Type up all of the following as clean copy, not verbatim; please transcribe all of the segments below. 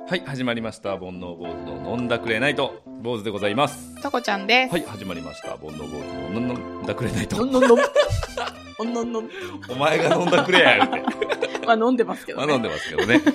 はい、始まりました煩悩坊主の飲んだくれないと坊主でございます。 とこちゃんです。 はい、始まりました煩悩坊主の飲んだくれないと。 飲んお前が飲んだくれやるってまあ飲んでますけどね。 まあ飲んでますけどね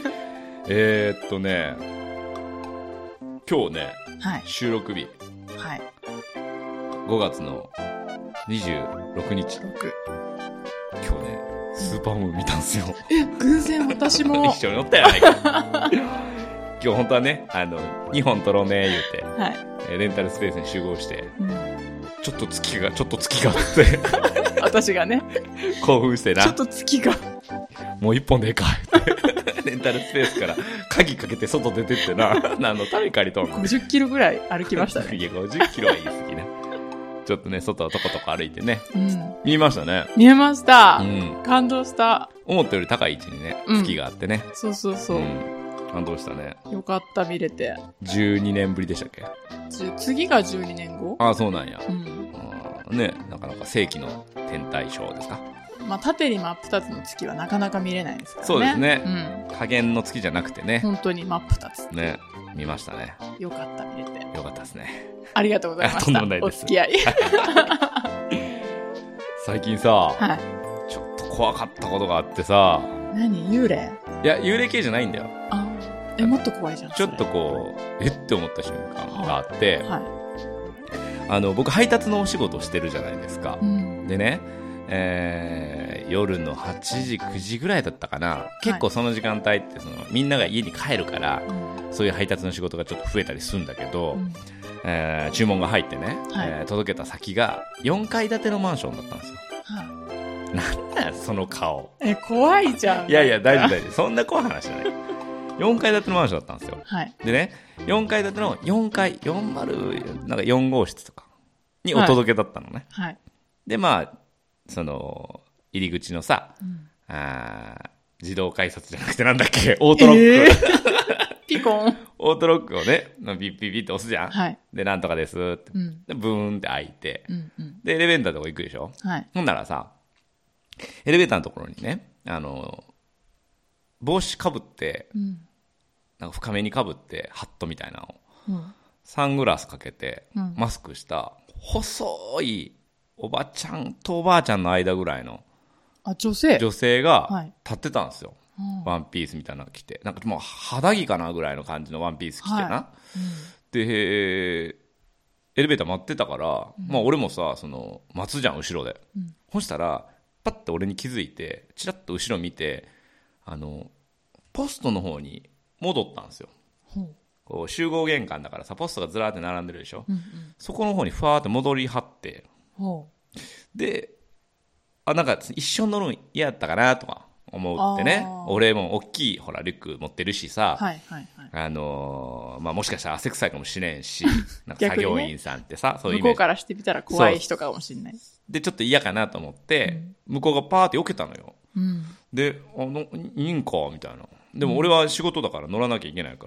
今日ね、 はい、 収録日、 はい、 5月の26日今日ねスーパームーン見たんすよ。 偶然私も一緒に乗ったやないか今日本当はね2本撮ろうね言うて、 はい、 レンタルスペースに集合して、ちょっと月がって私がね興奮してな、 ちょっと月がもう一本でええかってレンタルスペースから鍵かけて外出てってな何のために借りとんの。 50キロぐらい歩きましたね。 いや50キロは言い過ぎね。ちょっとね外をとことこ歩いてね、見えましたね。 見えました、感動した。 思ったより高い位置にね月があってね、 そうそうそう、 感動したね。 よかった見れて。 12年ぶりでしたっけ。 次が12年後。 ああそうなんや、ね、なかなか世紀の天体ショーですか。 まあ縦に真っ二つの月はなかなか見れないですからね。 そうですね、加減の月じゃなくてね、 本当に真っ二つね、見ましたね。 よかった見れて。 よかったですね。 ありがとうございました。 とんでもないです。 お付き合い最近さ、 はい、 ちょっと怖かったことがあってさ。 何？幽霊？ いや幽霊系じゃないんだよ。 もっと怖いじゃん。 ちょっとこうって思った瞬間があって、 はい、 僕配達のお仕事をしてるじゃないですか、でね、夜の8時9時ぐらいだったかな、結構その時間帯ってみんなが家に帰るから、そういう配達の仕事がちょっと増えたりするんだけど、注文が入ってね、届けた先が4階建てのマンションだったんですよ。なんだよその顔。 怖いじゃん。 いやいや大丈夫そんな怖い話じゃない4階建てのマンションだったんですよ、でね4階建ての4階40なんか4号室とかにお届けだったのね、でまあその入り口のさ、自動改札じゃなくてなんだっけ、オートロック、 ピコンオートロックをねビッビッビッって押すじゃん、でなんとかですって、でブーンって開いて、でエレベーターのとこ行くでしょ、ほんならさエレベーターのところにね帽子かぶって、なんか深めにかぶってハットみたいなのを、サングラスかけて、マスクした細いおばちゃんとおばあちゃんの間ぐらいの女性が立ってたんですよ、ワンピースみたいなの着て、なんかもう肌着かなぐらいの感じのワンピース着てな、でエレベーター待ってたから、まあ、俺もさ待つじゃん後ろで、そしたらパッて俺に気づいてチラッと後ろ見てポストの方に戻ったんですよ。こう集合玄関だからさポストがずらーって並んでるでしょ、そこの方にふわーって戻りはって、でなんか一緒に乗るの嫌だったかなとか思ってね、俺も大きいほらリュック持ってるしさ、まあ、もしかしたら汗臭いかもしれんしなんか作業員さんってさ、そういうイメージ向こうからしてみたら怖い人かもしれないでちょっと嫌かなと思って、向こうがパーって避けたのよ、でいいんかみたいな。でも俺は仕事だから乗らなきゃいけないから、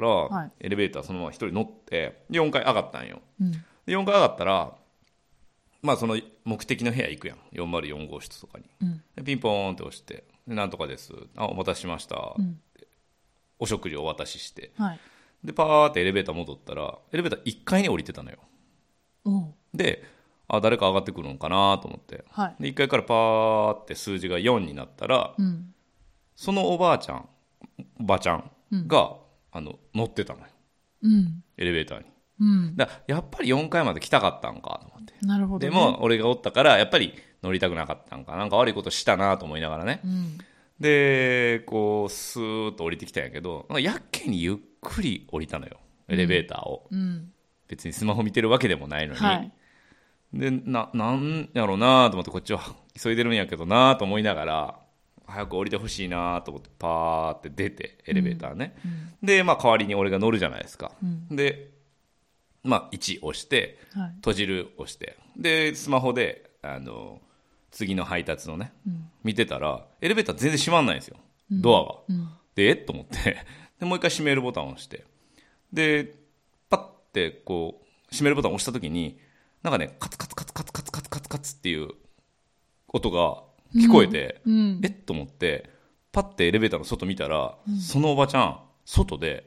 エレベーターそのまま一人乗ってで4階上がったんよ、で4階上がったらまあその目的の部屋行くやん、404号室とかに、でピンポーンって押してでなんとかです、お待たせしました、お食事をお渡しして、でパーってエレベーター戻ったらエレベーター1階に降りてたのよ、で誰か上がってくるのかなと思って、で1階からパーって数字が4になったら、そのおばあちゃんが、乗ってたのよ、エレベーターに、だやっぱり4階まで来たかったんかと思って。 なるほど、ね、 でも俺がおったからやっぱり乗りたくなかったんか、なんか悪いことしたなと思いながらね、でこうスーッと降りてきたんやけど、やっけにゆっくり降りたのよエレベーターを、別にスマホ見てるわけでもないのに、でなんやろうなと思って、こっちは急いでるんやけどなと思いながら早く降りてほしいなと思ってパーって出てエレベーターね、でまあ代わりに俺が乗るじゃないですか、でまあ1押して閉じる押して、でスマホで次の配達のね、見てたらエレベーター全然閉まんないんですよ、ドアが、でと思ってでもう一回閉めるボタンを押して、でパッてこう閉めるボタンを押した時になんかねカツカツカツカツカツカツカツカツっていう音が聞こえて、と思ってパッてエレベーターの外見たら、そのおばちゃん外で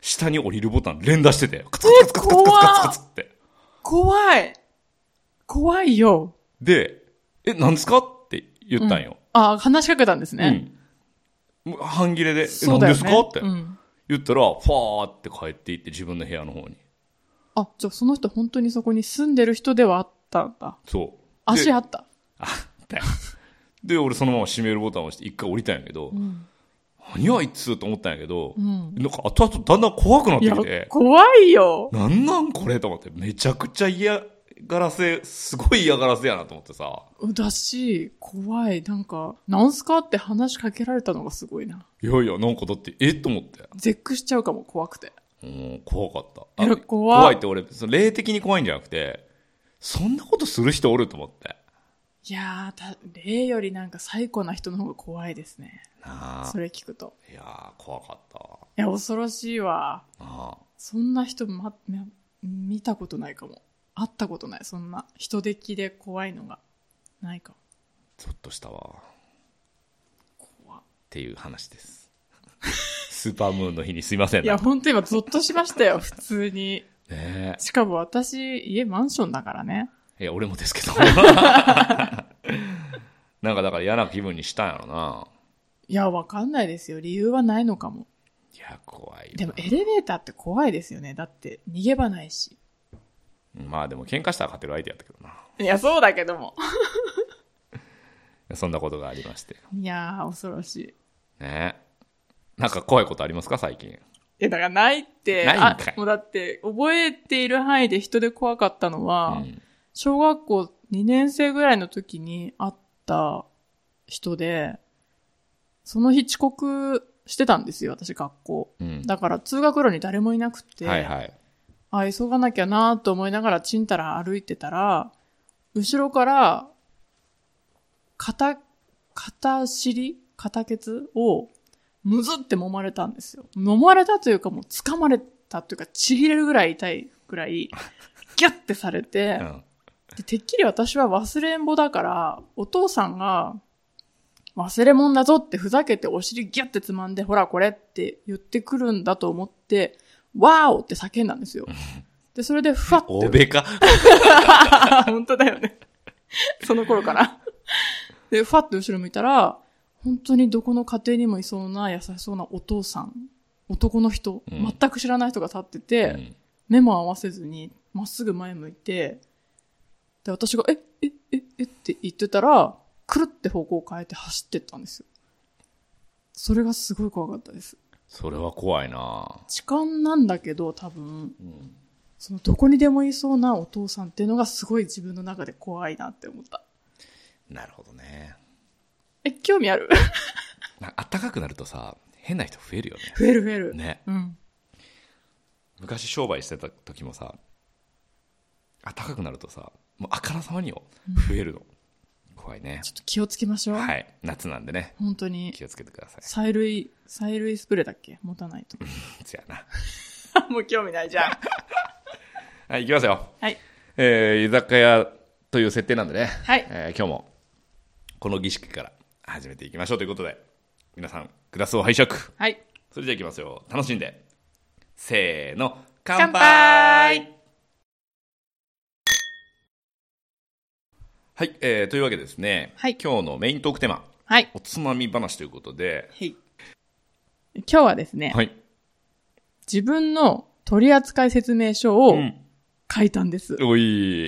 下に降りるボタン連打してて、カツカツカツカツカツカツカツって。 怖い。怖いよ。 で、何ですかって言ったんよ。 話しかけたんですね。 半切れで、何ですかって言ったら、ファーって帰っていって自分の部屋の方に。 じゃあその人本当にそこに住んでる人ではあったんだ。 そう。 足あった。 あったよ。で、俺そのまま閉めるボタンを押して一回降りたんやけど、何あいつと思ったんやけど、なんか後々だんだん怖くなってきて。 怖いよ。 なんこれと思って、めちゃくちゃすごい嫌がらせやなと思ってさ。 だし、怖い。なんか、なんすかって話しかけられたのがすごいな。 いやいや、なんかだって、と思って。 絶句しちゃうかも、怖くて。 怖かった。 怖いって俺、霊的に怖いんじゃなくて、そんなことする人おると思って。 いや霊よりなんか最高な人の方が怖いですね。それ聞くと。 いや怖かった。いや、恐ろしいわ。そんな人、見たことないかも。会ったことない。そんな人出来で怖いのがないかも。 ゾッとしたわ。怖っていう話です。スーパームーンの日にすいません。 いや、本当今ゾッとしましたよ、普通に。しかも私、家マンションだからね。 いや、俺もですけど。なんかだから嫌な気分にしたんやろな。 いや、わかんないですよ。理由はないのかも。 いや、怖い。 でもエレベーターって怖いですよね。だって逃げ場ないし。 まあでも喧嘩したら勝てる相手やったけどな。 いや、そうだけども。 そんなことがありまして。 いやー、恐ろしい。 ねえ。なんか怖いことありますか最近。 いや、だからないって。 ないんかい。 もうだって、覚えている範囲で人で怖かったのは、小学校2年生ぐらいの時に会った人で、その日遅刻してたんですよ、私学校。だから通学路に誰もいなくて、急がなきゃなと思いながらちんたら歩いてたら、後ろから肩ケツをむずって揉まれたんですよ。揉まれたというかもう掴まれたというかちぎれるぐらい痛いぐらいギュッてされて、でてっきり私は忘れんぼだからお父さんが忘れもんだぞってふざけてお尻ギュッてつまんでほらこれって言ってくるんだと思ってワーオって叫んだんですよ。で、それでふわって。 欧米か本当だよね。その頃から。で、ふわって後ろ向いたら、本当にどこの家庭にもいそうな優しそうなお父さん、男の人、全く知らない人が立ってて、目も合わせずに、まっすぐ前向いて、で、私が、って言ってたら、くるって方向を変えて走ってったんですよ。それがすごい怖かったです。 それは怖いな。 痴漢なんだけど、多分、そのどこにでもいそうなお父さんっていうのがすごい自分の中で怖いなって思った。 なるほどね。 興味ある？ あったかくなるとさ、変な人増えるよね。 増える。 ね。昔商売してた時もさ、あったかくなるとさ、もうあからさまによ、増えるの。怖いね。ちょっと気をつけましょう。 はい。夏なんでね。 本当に。 気をつけてください。 催涙スプレーだっけ？持たないと。 そやな。 もう興味ないじゃん。 はい、行きますよ。 はい。 居酒屋という設定なんでね。 はい。 今日も、この儀式から始めていきましょうということで、皆さん、グラスを拝借。 はい。 それじゃあ行きますよ。楽しんで。せーの、 乾杯！ はい、というわけでですね、 はい、 今日のメイントークテーマ、 はい、 おつまみ話ということで、 はい、今日はですね、 はい、 自分の取扱説明書を書いたんです。 おい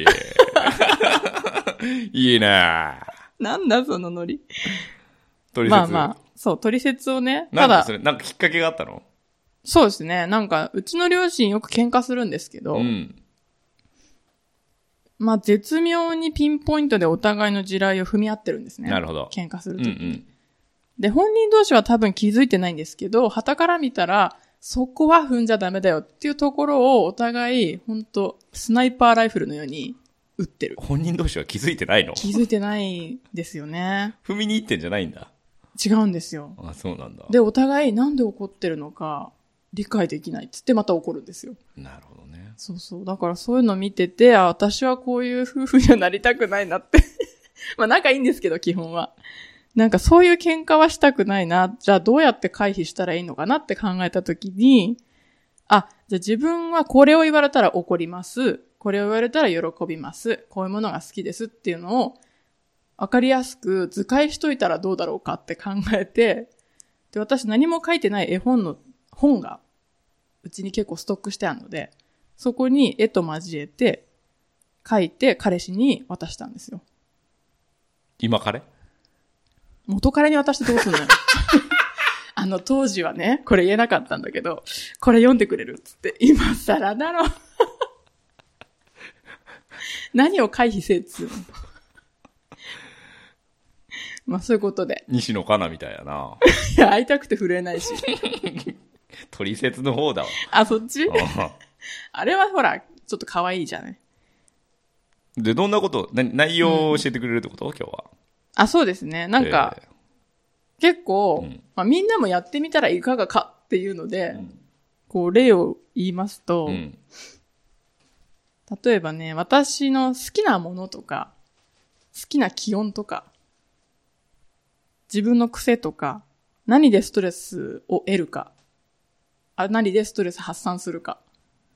いいね。 なんだそのノリ。 取説。 まあ、そう、取説をね、 ただ、なんかきっかけがあったの？ そうですね、なんか、うちの両親よく喧嘩するんですけど、まあ、絶妙にピンポイントでお互いの地雷を踏み合ってるんですね。 なるほど。 喧嘩するときに、で、本人同士は多分気づいてないんですけど、旗から見たら、そこは踏んじゃダメだよっていうところをお互い、本当スナイパーライフルのように撃ってる。 本人同士は気づいてないの？ 気づいてないですよね。 踏みに行ってんじゃないんだ。 違うんですよ。 あ、そうなんだ。 で、お互いなんで怒ってるのか理解できないっつってまた怒るんですよ。 なるほどね。 そうそう。だからそういうの見てて、私はこういう夫婦にはなりたくないなって。まあ仲いいんですけど、基本は。なんかそういう喧嘩はしたくないな。じゃあどうやって回避したらいいのかなって考えたときに、 じゃあ自分はこれを言われたら怒ります。これを言われたら喜びます。こういうものが好きですっていうのをわかりやすく図解しといたらどうだろうかって考えて、で、私何も書いてない絵本がうちに結構ストックしてあるので、そこに絵と交えて書いて彼氏に渡したんですよ。 今彼？ 元彼に渡してどうすんのよ。当時はね、これ言えなかったんだけど、これ読んでくれるっつって、今更だろ。何を回避せえっつうの。まあそういうことで。 西野カナみたいやな。 いや、会いたくて震えないし。 取説の方だわ。 あ、そっち？あれはほら、ちょっと可愛いじゃない。 で、どんなこと、内容を教えてくれるってこと、今日は。 あ、そうですね。なんか、結構、まあ、みんなもやってみたらいかがかっていうので、こう、例を言いますと、例えばね、私の好きなものとか、好きな気温とか、自分の癖とか、何でストレスを得るか、何でストレス発散するか。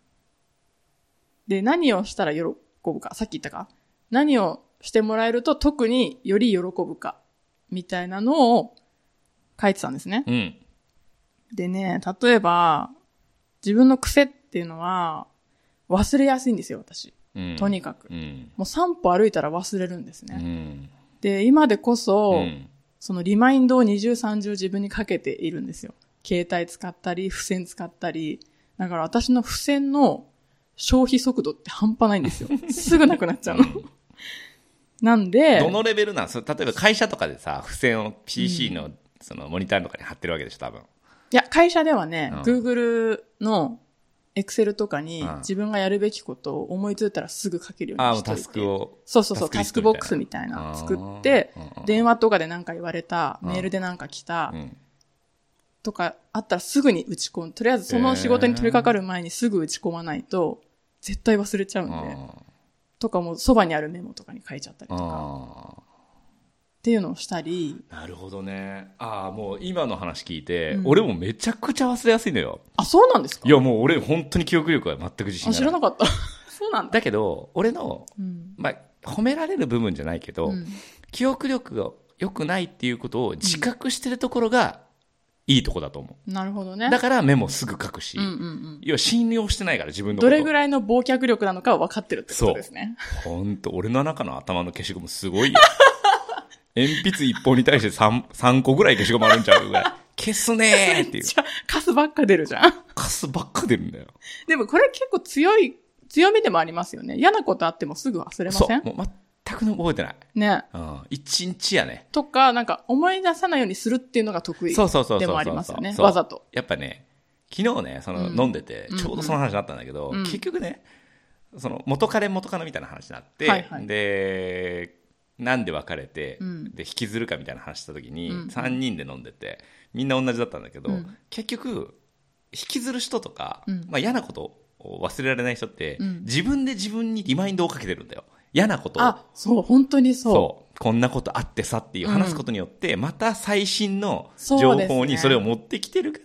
で、何をしたら喜ぶか。さっき言ったか。何をしてもらえると特により喜ぶか。みたいなのを書いてたんですね。 うん。 でね、例えば、自分の癖っていうのは、忘れやすいんですよ、私。とにかく。もう3歩歩いたら忘れるんですね。で、今でこそ、そのリマインドを20、30自分にかけているんですよ。携帯使ったり、付箋使ったり。だから私の付箋の消費速度って半端ないんですよ。すぐなくなっちゃうの。なんで。 どのレベルなんですか？例えば会社とかでさ、付箋を PC のそのモニターとかに貼ってるわけでしょ、多分。 いや、会社ではね、Google の Excel とかに自分がやるべきことを思いついたらすぐ書けるようにしていて。 タスクを。 そう、タスクボックスみたいなの作って、電話とかで何か言われた、メールで何か来た、とかあったらすぐに打ち込む。とりあえずその仕事に取り掛かる前にすぐ打ち込まないと、絶対忘れちゃうんで。とかもそばにあるメモとかに書いちゃったりとか。っていうのをしたり。 なるほどね。もう今の話聞いて、俺もめちゃくちゃ忘れやすいのよ。 あ、そうなんですか？ いやもう俺本当に記憶力は全く自信ない。 知らなかった。そうなんだ。 だけど、俺の、まあ、褒められる部分じゃないけど、記憶力が良くないっていうことを自覚してるところが、いいとこだと思う。 なるほどね。 だからメモすぐ書くし、要は信用してないから自分のこと。 どれぐらいの忘却力なのか分かってるってことですね。 そう。ほんと、俺の中の頭の消しゴムすごいよ。鉛筆1本に対して 3個ぐらい消しゴムあるんちゃうぐらい。消すねーっていう。 カスばっか出るじゃん。 カスばっか出るんだよ。 でもこれ結構強みでもありますよね。嫌なことあってもすぐ忘れません？ そう。もう全く覚えてない。 ね。 一日やね。 とか、なんか思い出さないようにするっていうのが得意でもありますよね。わざと。 やっぱね、昨日ね、飲んでて、ちょうどその話になったんだけど、結局ね、元彼みたいな話になって、で、なんで別れて、で、引きずるかみたいな話した時に、3人で飲んでて、みんな同じだったんだけど、結局、引きずる人とか、まあ嫌なことを忘れられない人って、自分で自分にリマインドをかけてるんだよ。嫌なことを。 そう、本当にそう。 そう。こんなことあってさっていう話すことによって、また最新の情報にそれを持ってきてるから、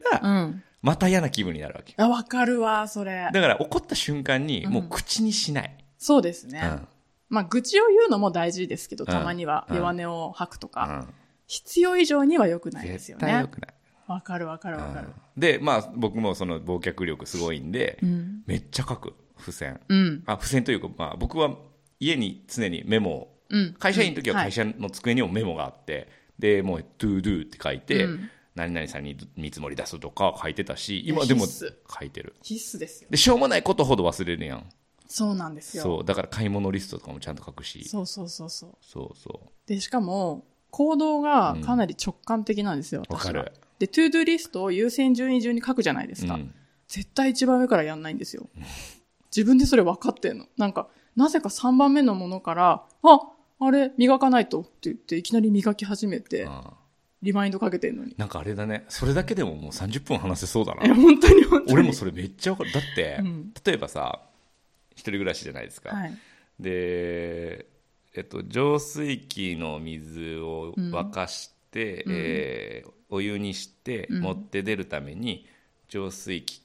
また嫌な気分になるわけ。 わかるわ、それ。 だから怒った瞬間に、もう口にしない。 そうですね。まあ、愚痴を言うのも大事ですけど、たまには弱音を吐くとか、必要以上には良くないですよね。 絶対良くない。 わかる。 で、まあ、僕もその忘却力すごいんで、めっちゃ書く、付箋。付箋というか、まあ、僕は家に常にメモを、会社員の時は会社の机にもメモがあって、で、もう、to do って書いて、何々さんに見積もり出すとか書いてたし、今でも書いてる。 必須ですよ。 で、しょうもないことほど忘れるやん。 そうなんですよ。 そう、だから買い物リストとかもちゃんと書くし。 そう。で、しかも、行動がかなり直感的なんですよ、私は。わかる。で、トゥードゥリストを優先順位順に書くじゃないですか。絶対一番上からやんないんですよ。自分でそれ分かってんの。なんか、なぜか3番目のものから、あれ、磨かないとって言って、いきなり磨き始めて、リマインドかけてんのに。 なんかあれだね。それだけでももう30分話せそうだな。 本当に。 俺もそれめっちゃ分かる。だって、例えばさ、一人暮らしじゃないですか。で、浄水器の水を沸かして、お湯にして持って出るために浄水器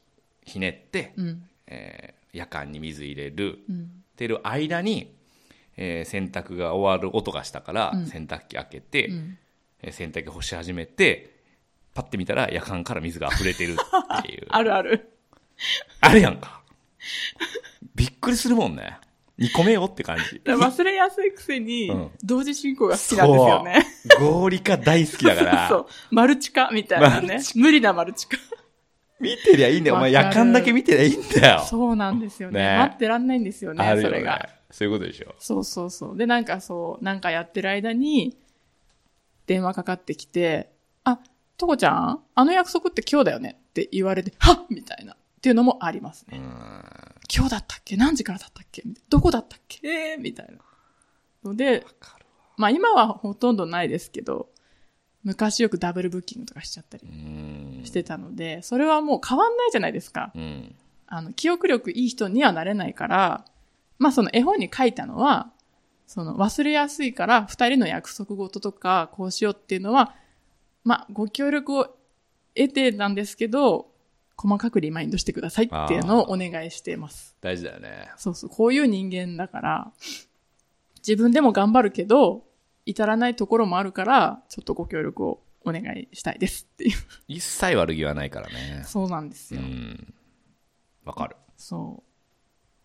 ひねって、夜間に水入れる、ってる間に、洗濯が終わる音がしたから、洗濯機開けて、洗濯機干し始めて、パッて見たら夜間から水が溢れてるっていう。 あるある。 あれやんか。びっくりするもんね。2個目よって感じ。 忘れやすいくせに、同時進行が好きなんですよね。 合理化大好きだから。 そう。マルチ化みたいなね。無理なマルチ化。 見てりゃいいんだよ。お前夜間だけ見てりゃいいんだよ。 そうなんですよね。待ってらんないんですよね、それが。 そういうことでしょ。 そう。で、なんかやってる間に、電話かかってきて、とこちゃんあの約束って今日だよねって言われて、はっみたいな。っていうのもありますね。今日だったっけ何時からだったっけどこだったっけみたいな。ので、今はほとんどないですけど、昔よくダブルブッキングとかしちゃったりしてたので、それはもう変わんないじゃないですか。記憶力いい人にはなれないから、その絵本に書いたのは、忘れやすいから二人の約束事とかこうしようっていうのは、ご協力を得てなんですけど、細かくリマインドしてくださいっていうのをお願いしています。 大事だよね。 そう、こういう人間だから、自分でも頑張るけど、至らないところもあるから、ちょっとご協力をお願いしたいですっていう。 一切悪気はないからね。 そうなんですよ。 わかる。 そう。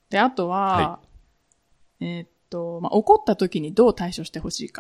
で、あとは、怒った時にどう対処してほしいか。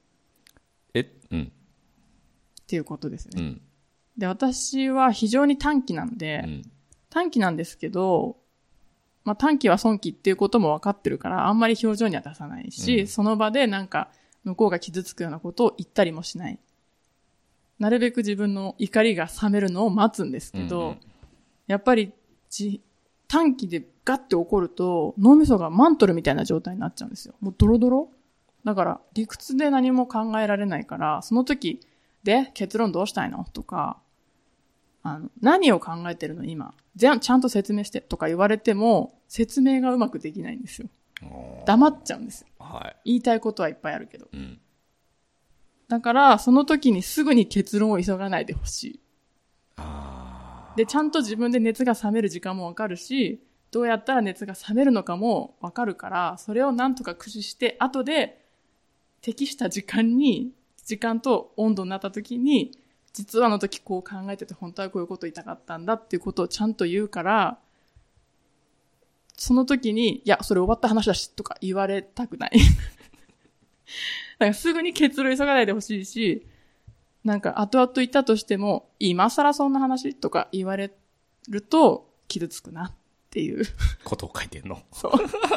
っていうことですね。で、私は非常に短気なんで、短気なんですけど、短気は損気っていうことも分かってるから、あんまり表情には出さないし、その場でなんか、向こうが傷つくようなことを言ったりもしない。なるべく自分の怒りが冷めるのを待つんですけど、やっぱり短気でガッて怒ると、脳みそがマントルみたいな状態になっちゃうんですよ。もうドロドロ。だから、理屈で何も考えられないから、その時、で、結論どうしたいのとか、何を考えてるの今。ちゃんと説明してとか言われても、説明がうまくできないんですよ。黙っちゃうんですよ。言いたいことはいっぱいあるけど。だから、その時にすぐに結論を急がないでほしい。で、ちゃんと自分で熱が冷める時間もわかるし、どうやったら熱が冷めるのかもわかるから、それをなんとか駆使して、後で適した時間と温度になった時に、実はあの時こう考えてて本当はこういうこと言いたかったんだっていうことをちゃんと言うから、その時に、いや、それ終わった話だしとか言われたくない。だからすぐに結論急がないでほしいし、なんか後々言ったとしても、今更そんな話とか言われると傷つくなっていう。 ことを書いてんの。 そう。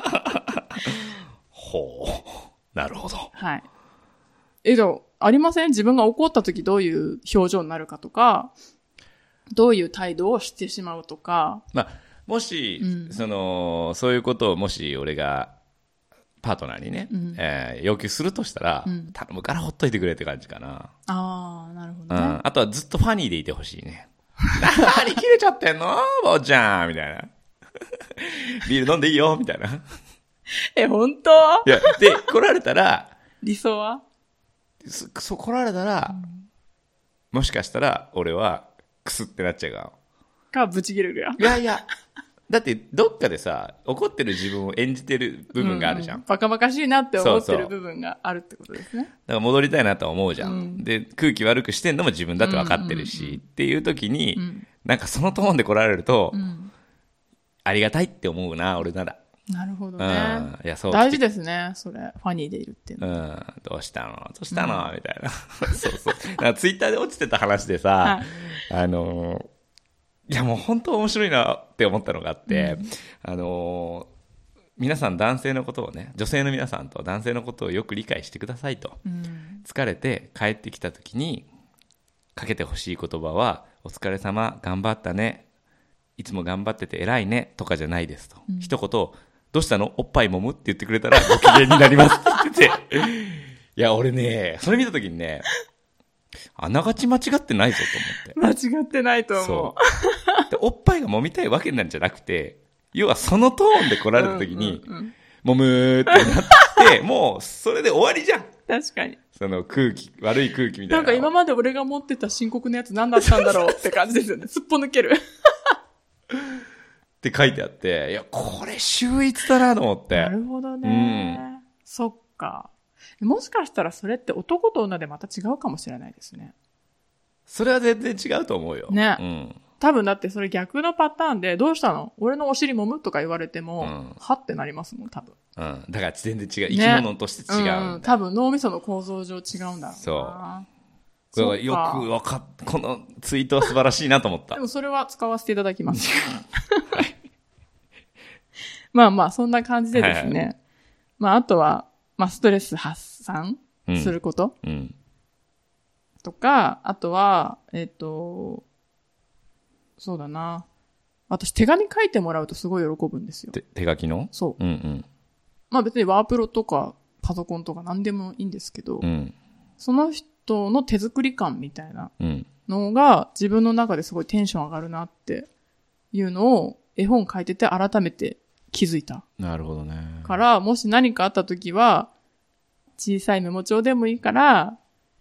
ほう。なるほど。 はい。でも、ありません？自分が怒った時どういう表情になるかとか、どういう態度をしてしまうとか。 もし、そういうことをもし俺がパートナーにね、要求するとしたら、頼むからほっといてくれって感じかな。 なるほどね。 あとはずっとファニーでいてほしいね。何切れちゃってんの坊ちゃんみたいな。ビール飲んでいいよみたいな。 本当？ いや、で、来られたら、 理想は来られたら、もしかしたら俺はクスってなっちゃうかブチ切れるや。 いや、だってどっかでさ、怒ってる自分を演じてる部分があるじゃん。 バカバカしいなって思ってる部分があるってことですね。 だから戻りたいなとは思うじゃん。で、空気悪くしてんのも自分だって分かってるし、っていう時に、なんかそのトーンで来られると、ありがたいって思うな、俺なら。 なるほどね。 いや、そう。 大事ですね、それ。ファニーでいるっていうの。どうしたのみたいな。そうそう。なんかツイッターで落ちてた話でさ、いやもう本当面白いなって思ったのがあって、皆さん男性のことをね、女性の皆さんと男性のことをよく理解してくださいと。疲れて帰ってきた時にかけてほしい言葉は、お疲れ様、頑張ったね、いつも頑張ってて偉いねとかじゃないですと。一言、どうしたのおっぱい揉むって言ってくれたらご機嫌になりますって言ってて。いや、俺ね、それ見た時にね、あながち間違ってないぞと思って。 間違ってないと思う。 そうで。おっぱいが揉みたいわけなんじゃなくて、要はそのトーンで来られた時に、揉むーってなって、もうそれで終わりじゃん。 確かに。 その空気、悪い空気みたいな。 なんか今まで俺が持ってた深刻なやつ何だったんだろうって感じですよね。すっぽ抜ける。 って書いてあって、いや、これ秀逸だなと思って。 なるほどね。そっか。もしかしたらそれって男と女でまた違うかもしれないですね。 それは全然違うと思うよ。 ね。多分だってそれ逆のパターンで、どうしたの？俺のお尻揉むとか言われても、はってなりますもん、多分。 だから全然違う。生き物として違う。 多分脳みその構造上違うんだろうな。 そう。よく分かっ、このツイートは素晴らしいなと思った。 でもそれは使わせていただきます。はい、まあまあ、そんな感じでですね。まあ、あとは、まあ、ストレス発散すること。とか、あとは、そうだな。私手紙書いてもらうとすごい喜ぶんですよ。 手書きの？ そう。まあ別にワープロとかパソコンとか何でもいいんですけど、その人の手作り感みたいなのが自分の中ですごいテンション上がるなっていうのを絵本書いてて改めて気づいた。 なるほどね。 から、もし何かあった時は、小さいメモ帳でもいいから、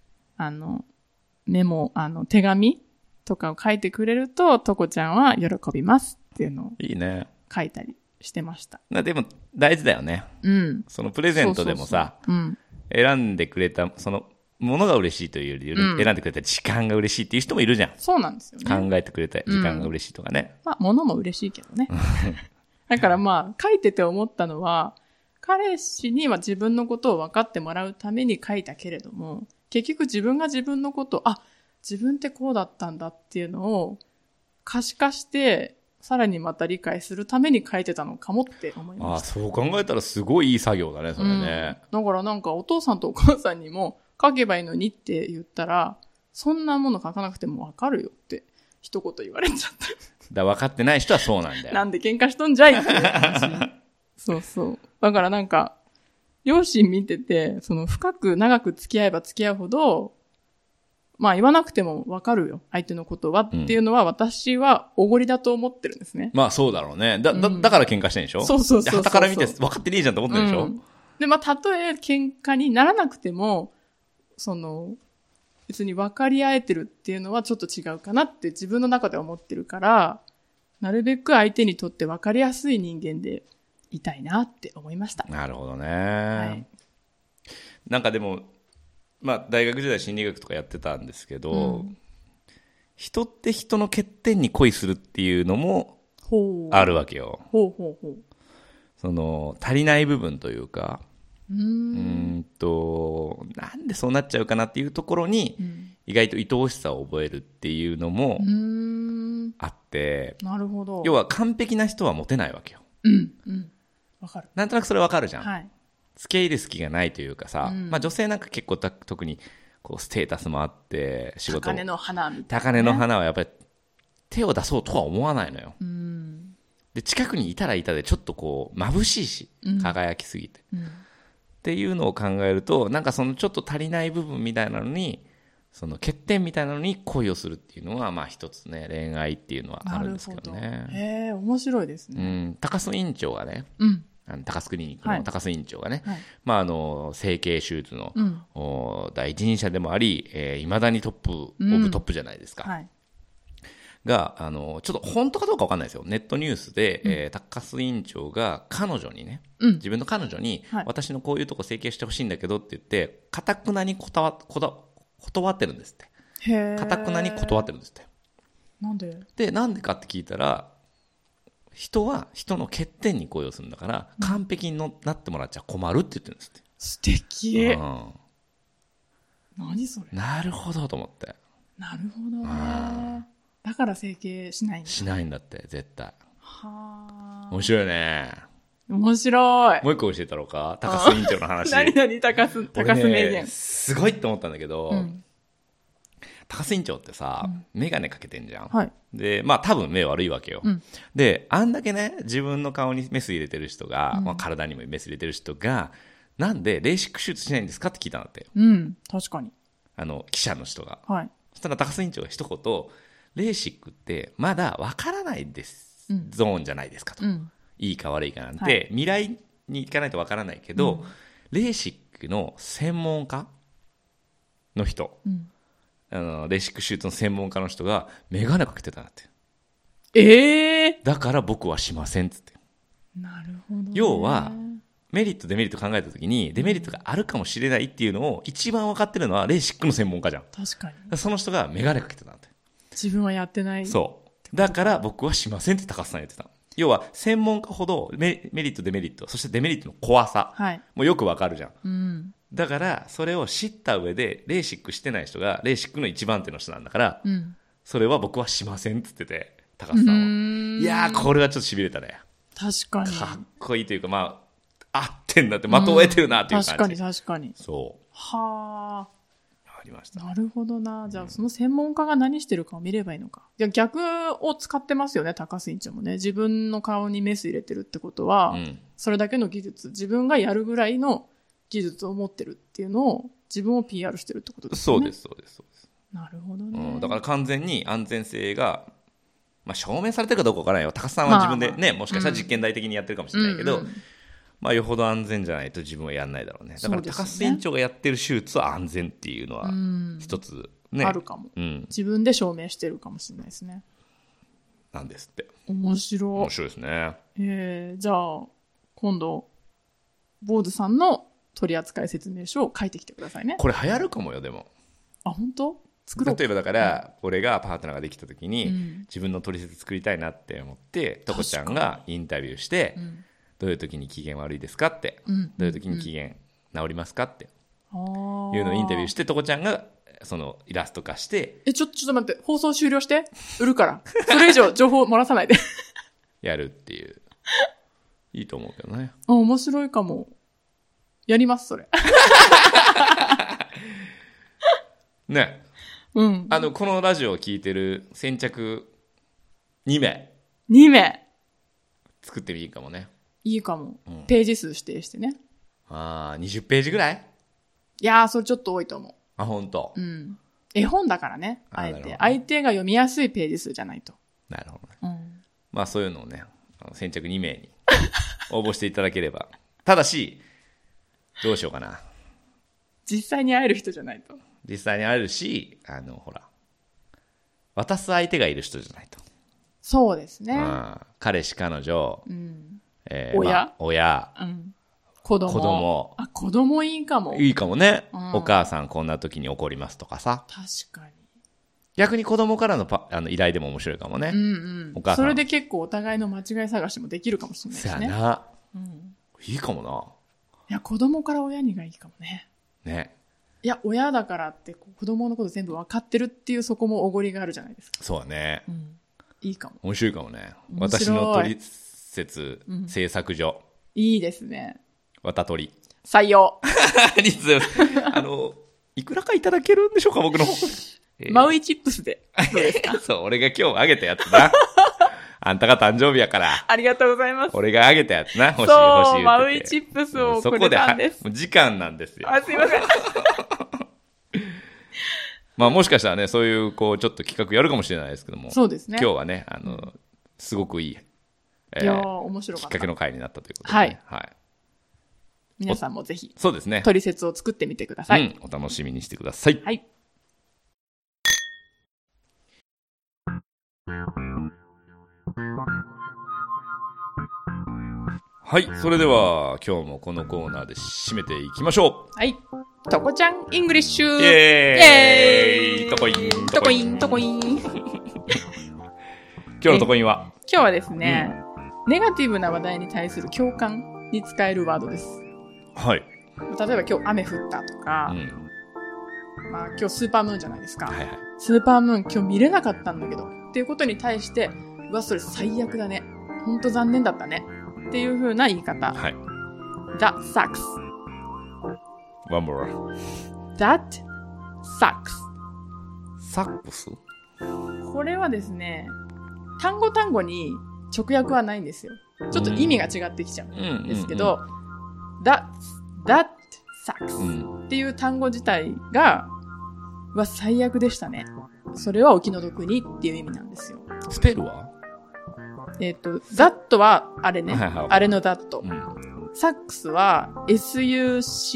手紙とかを書いてくれると、とこちゃんは喜びますっていうのをいいね。 書いたりしてました。 でも大事だよね。そのプレゼントでもさ、選んでくれた、そのものが嬉しいというより、選んでくれた時間が嬉しいっていう人もいるじゃん。 そうなんですよね。 考えてくれた時間が嬉しいとかね。 まあ、物も嬉しいけどね。だからまあ、書いてて思ったのは、彼氏には自分のことを分かってもらうために書いたけれども、結局自分が自分のことを、自分ってこうだったんだっていうのを可視化して、さらにまた理解するために書いてたのかもって思いました。 そう考えたらすごいいい作業だね、それね。 だからなんかお父さんとお母さんにも書けばいいのにって言ったら、そんなもの書かなくても分かるよって一言言われちゃった。 分かってない人はそうなんだよ。 なんで喧嘩しとんじゃいっていう話。そうそう。だからなんか、両親見てて、その深く長く付き合えば付き合うほど、まあ言わなくてもわかるよ、相手のことはっていうのは私はおごりだと思ってるんですね。 まあそうだろうね。だから喧嘩してんでしょ？ そう。 旗から見て分かってねえじゃんと思ってるでしょ？ で、まあたとえ喧嘩にならなくても、別に分かり合えてるっていうのはちょっと違うかなって自分の中で思ってるから、なるべく相手にとって分かりやすい人間でいたいなって思いました。 なるほどね。なんかでも、まあ大学時代心理学とかやってたんですけど、人って人の欠点に恋するっていうのもあるわけよ。その足りない部分というか、なんでそうなっちゃうかなっていうところに、意外と愛おしさを覚えるっていうのもあって、 なるほど。 要は完璧な人はモテないわけよ。 わかる。 なんとなくそれわかるじゃん。 はい。 付け入る隙がないというかさ、まあ女性なんか結構特にこうステータスもあって仕事。 高嶺の花みたいな、 高嶺の花はやっぱり手を出そうとは思わないのよ。で、近くにいたらいたでちょっとこう眩しいし、輝きすぎて。っていうのを考えると、なんかそのちょっと足りない部分みたいなのに、その欠点みたいなのに恋をするっていうのは、まあ一つね、恋愛っていうのはあるんですけどね。 へえ、面白いですね。 高須院長がね、高須クリニックの高須院長がね、まあ整形手術の、第一人者でもあり、未だにトップオブトップじゃないですか。が、ちょっと本当かどうかわかんないですよ。ネットニュースで、高須院長が彼女にね、自分の彼女に、私のこういうとこ整形してほしいんだけどって言って、堅くなに断ってるんですって。堅くなに断ってるんですって。 なんで？ で、なんでかって聞いたら、人は人の欠点に恋をするんだから、完璧になってもらっちゃ困るって言ってるんですって。 素敵。何それ？ なるほどと思って。 なるほどね。だから整形しないんだ。 しないんだって、絶対。 はあ。 面白いね。 面白い。 もう一個教えたろうか？高須院長の話。 何高須名言。 すごいって思ったんだけど、高須院長ってさ、メガネかけてんじゃん。で、まあ多分目悪いわけよ。で、あんだけね、自分の顔にメス入れてる人が、まあ体にもメス入れてる人が、なんでレーシック手術しないんですかって聞いたんだって。 確かに。 記者の人が。 そしたら高須院長が一言、レーシックってまだわからないです、ゾーンじゃないですかと、いいか悪いかなんて、未来に行かないとわからないけど、レーシックの専門家の人、レーシック手術の専門家の人がメガネかけてたなって。 だから僕はしませんっつって。 なるほど、ね。 要は、メリット、デメリット考えたときに、デメリットがあるかもしれないっていうのを一番分かってるのはレーシックの専門家じゃん。 確かに。 その人がメガネかけてたんだ。 自分はやってない。 そう。だから僕はしませんって高須さん言ってた。要は、専門家ほどメリット、デメリット、そしてデメリットの怖さ。 はい。 もうよく分かるじゃん。 うん。だから、それを知った上で、レーシックしてない人が、レーシックの一番手の人なんだから、うん、それは僕はしませんって言ってて、高須さんは。いやー、これはちょっと痺れたね。 確かに。 かっこいいというか、まあ、合ってんだって、的を得てるなっていう感じ。 確かに確かに。 そう。 はあ。ありました、 なるほどな。じゃあ、その専門家が何してるかを見ればいいのか。じゃあ、逆を使ってますよね、高須院長もね。自分の顔にメス入れてるってことは、うん、それだけの技術、自分がやるぐらいの技術を持ってるっていうのを、自分を PR してるってことですね。 そうです、そうです、そうです。 なるほどね。 うん、だから完全に安全性が、まあ、証明されてるかどうかわからないよ。高須さんは自分でね、もしかしたら実験台的にやってるかもしれないけど、まあ、よほど安全じゃないと自分はやんないだろうね。だから高須院長がやってる手術は安全っていうのは一つね、 あるかも、うん、自分で証明してるかもしれないですね。 なんですって。 面白いですね。 じゃあ今度坊主さんの取扱説明書を書いてきてくださいね。 これ流行るかもよ。でも本当？作ろう。 例えばだから、俺がパートナーができた時に、自分の取説作りたいなって思ってとこちゃんがインタビューして、どういう時に機嫌悪いですかって、どういう時に機嫌治りますかっていうのをインタビューして、とこちゃんがそのイラスト化して、 ちょっと待って、放送終了して売るからそれ以上情報漏らさないでやるっていう。いいと思うけどね。 面白いかも。やりますそれね。 うん。 このラジオを聞いてる先着2 名作ってもいいかもね。 いいかも、うん、ページ数指定してね。 20ページぐらい？ いやー、それちょっと多いと思う。 本当。 うん。絵本だからね。あえて。相手が読みやすいページ数じゃないと。 なるほどね。まあそういうのをね、先着2名に応募していただければ。ただし、どうしようかな。 実際に会える人じゃないと。 実際に会えるし、ほら、渡す相手がいる人じゃないと。 そうですね。 彼氏、彼女、 親、 まあ、親、 子供。子供いいかも。 いいかもね。お母さんこんな時に怒りますとかさ。 確かに。 逆に子供からの依頼でも面白いかもね。 お母さん。それで結構お互いの間違い探しもできるかもしれないですね。 そうやな。いいかもな。 いや、子供から親にがいいかもね。 ね。 いや、親だからって子供のこと全部分かってるっていうそこもおごりがあるじゃないですか。 そうだね。 いいかも。 面白いかもね。私の取説、製作所。 いいですね。 綿取り。 採用。 いくらかいただけるんでしょうか、僕の。 マウイチップスで。どうですか？ そう、俺が今日あげたやつな。あんたが誕生日やから。 ありがとうございます。 俺があげたやつな。欲しい。 そう、マウイチップスをくれたんです。 もう時間なんですよ。 すいません。 まあもしかしたらね、そういうこうちょっと企画やるかもしれないですけども。 そうですね。 今日はね、すごくいい。 いや面白かった。 きっかけの回になったということで、 ね。はい。皆さんもぜひ。 そうですね。 取説を作ってみてください。 お楽しみにしてください。 はい。 はい。それでは、今日もこのコーナーで締めていきましょう。はい。とこちゃんイングリッシュイェーイとこいん。 とこいん、とこいん。今日のとこいんは今日はですね、ネガティブな話題に対する共感に使えるワードです。 はい。 例えば今日雨降ったとか、まあ今日スーパームーンじゃないですか。 はいはい。 スーパームーン今日見れなかったんだけど、っていうことに対して、それ最悪だね。ほんと残念だったね。っていう風な言い方。 はい。 That sucks. One more. That sucks. サックス？ これはですね、単語に直訳はないんですよ。ちょっと意味が違ってきちゃうんですけど、That sucks、っていう単語自体が、最悪でしたね。それはお気の毒にっていう意味なんですよ。 スペルは that はあれね。 はいはい、 あれの that。サックスは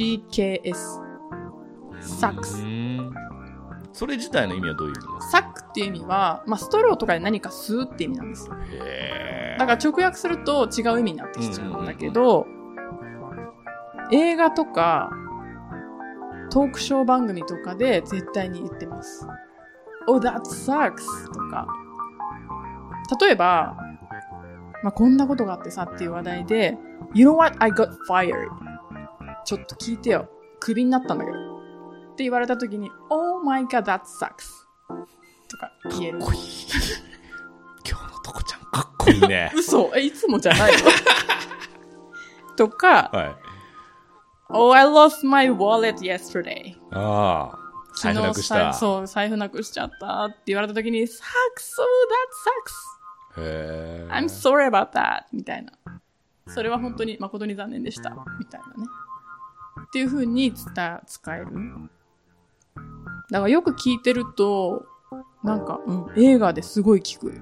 sucks。サックス。 それ自体の意味はどういう意味ですか？ サックっっていう意味は、まあ、ストローとかで何か吸うって意味なんですよ。だから直訳すると違う意味になってきちゃうんだけど、映画とか、トークショー番組とかで絶対に言ってます。Oh, that sucks! とか。例えば、まあ、こんなことがあってさっていう話題で、You know what? I got fired. ちょっと聞いてよ。クビになったんだけど。って言われたときに、Oh my god, that sucks! とか言える。 かっこいい。今日のとこちゃんかっこいいね。 嘘いつもじゃないよ。とか、 はい。 Oh, I lost my wallet yesterday. ああ。財布なくした。 そう、財布なくしちゃったって言われたときに、sucks, oh, that sucks. へー。 I'm sorry about that. みたいな。それは本当に誠に残念でした。みたいなね。っていう風に使える。だからよく聞いてると、なんか、映画ですごい聞く。だ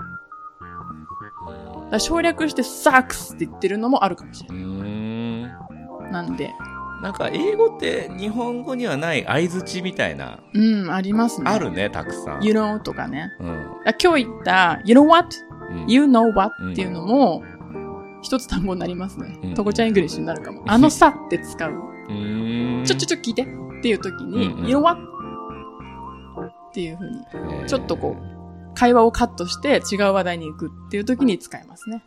から省略して sucks って言ってるのもあるかもしれない。なんで。 なんか英語って日本語にはない相槌みたいな。 ありますね。 あるね、たくさん。 You know とかね。今日言った、You know what?、You know what?、っていうのも、一つ単語になりますね。とこちゃんイングリッシュになるかも。あのさって使う。ちょ聞いてっていう時に、You know what? っていう風に、ちょっとこう、会話をカットして違う話題に行くっていう時に使えますね。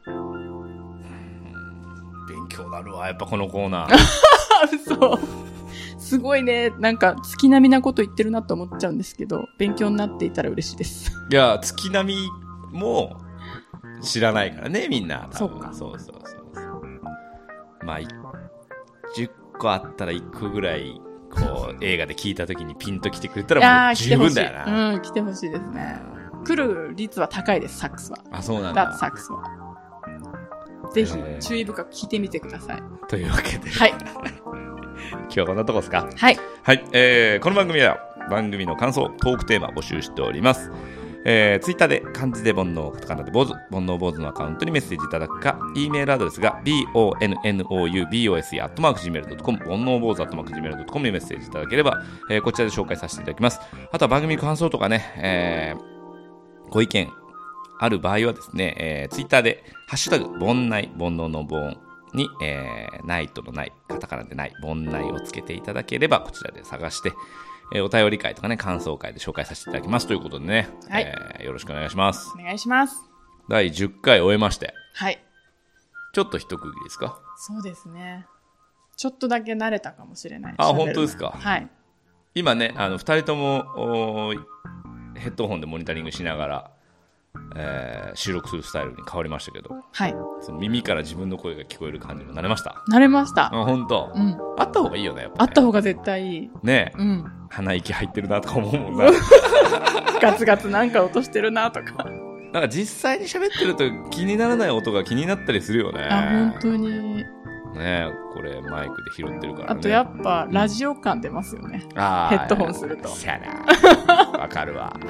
勉強なるわ、やっぱこのコーナー。 嘘。すごいね、なんか月並みなこと言ってるなと思っちゃうんですけど、勉強になっていたら嬉しいです。 いや、月並みも知らないからね、みんな。 そうか。 そう。まあ、10個あったら1個ぐらい、こう、映画で聞いた時にピンと来てくれたらもう十分だよな。 来てほしいですね。来る率は高いです、サックスは。 あ、そうなんだ。 That sucks は。ぜひ、注意深く聞いてみてください。 というわけで。 はい。 今日はこんなとこですか？ はい。 はい。この番組は番組の感想、トークテーマ募集しております。ツイッターで漢字で煩悩、カタカナで坊主、煩悩坊主のアカウントにメッセージいただくか、E メールアドレスが bonnoubose@gmail.com、煩悩坊主@gmail.com にメッセージいただければ、こちらで紹介させていただきます。あとは番組感想とかね、ご意見ある場合はですね、ツイッターでハッシュタグ、煩悩、煩悩の煩に、ナイトのない、カタカナでない、煩悩をつけていただければ、こちらで探して、お便り会とかね、感想会で紹介させていただきますということでね、 はい、 よろしくお願いします。 お願いします。 第10回終えまして。 はい。 ちょっと一区切りですか？ そうですね。ちょっとだけ慣れたかもしれない。 あ、本当ですか？ はい。 今ね、2人とも、ヘッドホンでモニタリングしながら、収録するスタイルに変わりましたけど、 はい、 その耳から自分の声が聞こえる感じも慣れました？ 慣れました。 あ、本当。あった方がいいよね、やっぱ、ね。 あった方が絶対いい。 ねえ、鼻息入ってるなとか思うもんな。 ガツガツなんか落としてるなとか。 なんか実際に喋ってると気にならない音が気になったりするよね。 あ、本当に。 ねえ、これマイクで拾ってるからね。 あとやっぱラジオ感出ますよね。ヘッドホンすると。 そやな。わかるわ。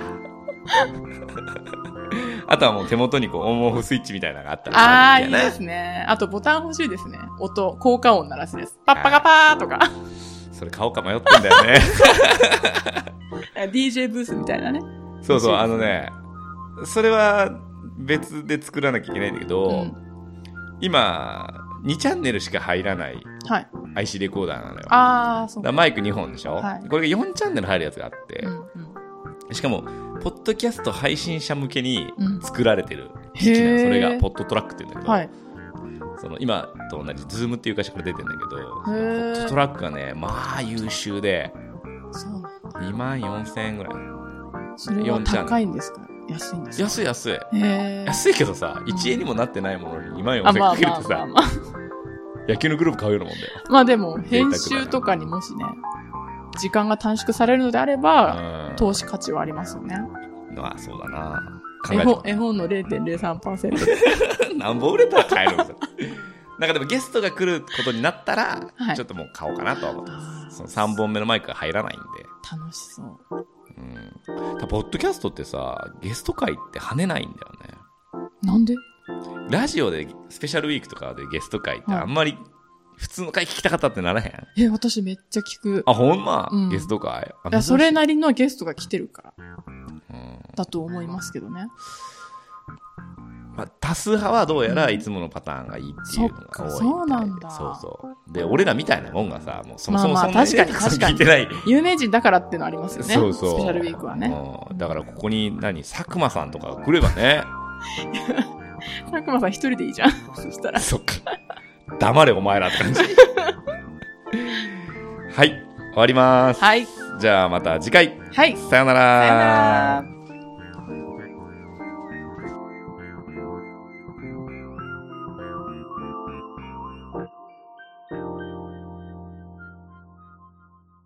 あとはもう手元にこうオンオフスイッチみたいなのがあったらいいですね。あとボタン欲しいですね。音、効果音鳴らすです。パッパカパーとか。 それ買おうか迷ってんだよね。 DJ ブースみたいなね。 そう、それは別で作らなきゃいけないんだけど、今、2チャンネルしか入らない IC レコーダーなのよ。 ああ、そう。 だマイク2本でしょ、 はい、 これが4チャンネル入るやつがあって、しかも、ポッドキャスト配信者向けに作られてる機器なの、それがポッドトラックって言うんだけど、その今と同じズームっていう会社から出てるんだけど、ポッドトラックがね、まあ優秀で、24,000円ぐらい。 それは高いんですか？安いんですか？ 安い。安いけどさ、1円にもなってないものに24,000円かけるとさ、野球のグループ買うようなもんだよ。 まあでも、編集とかにもしね、時間が短縮されるのであれば、投資価値はありますよね。 まあ、そうだな。 絵本の 0.03%。 何本売れたら買えるんですよ。なんかでもゲストが来ることになったら、ちょっともう買おうかなと思ってます。その3本目のマイクが入らないんで。 楽しそう。 ポッドキャストってさ、ゲスト会って跳ねないんだよね。 なんで？ ラジオでスペシャルウィークとかでゲスト会ってあんまり普通の回聞きたかったってならへん？ 私めっちゃ聞く。 あ、ほんま、ゲスト会？ いや、それなりのゲストが来てるから。 だと思いますけどね。 まあ、多数派はどうやらいつものパターンがいいっていうのが多いみたいで、 そうなんだ。 そうそう。で、俺らみたいなもんがさ、もうそもそもそんなに聞いてない。 有名人だからってのありますよね。 そうそう。 スペシャルウィークはね。 だからここに佐久間さんとかが来ればね。 佐久間さん一人でいいじゃん。そしたら。 そっか。黙れお前らって感じ。はい。終わります。 はい。 じゃあまた次回。 はい。 さよなら。 さよなら。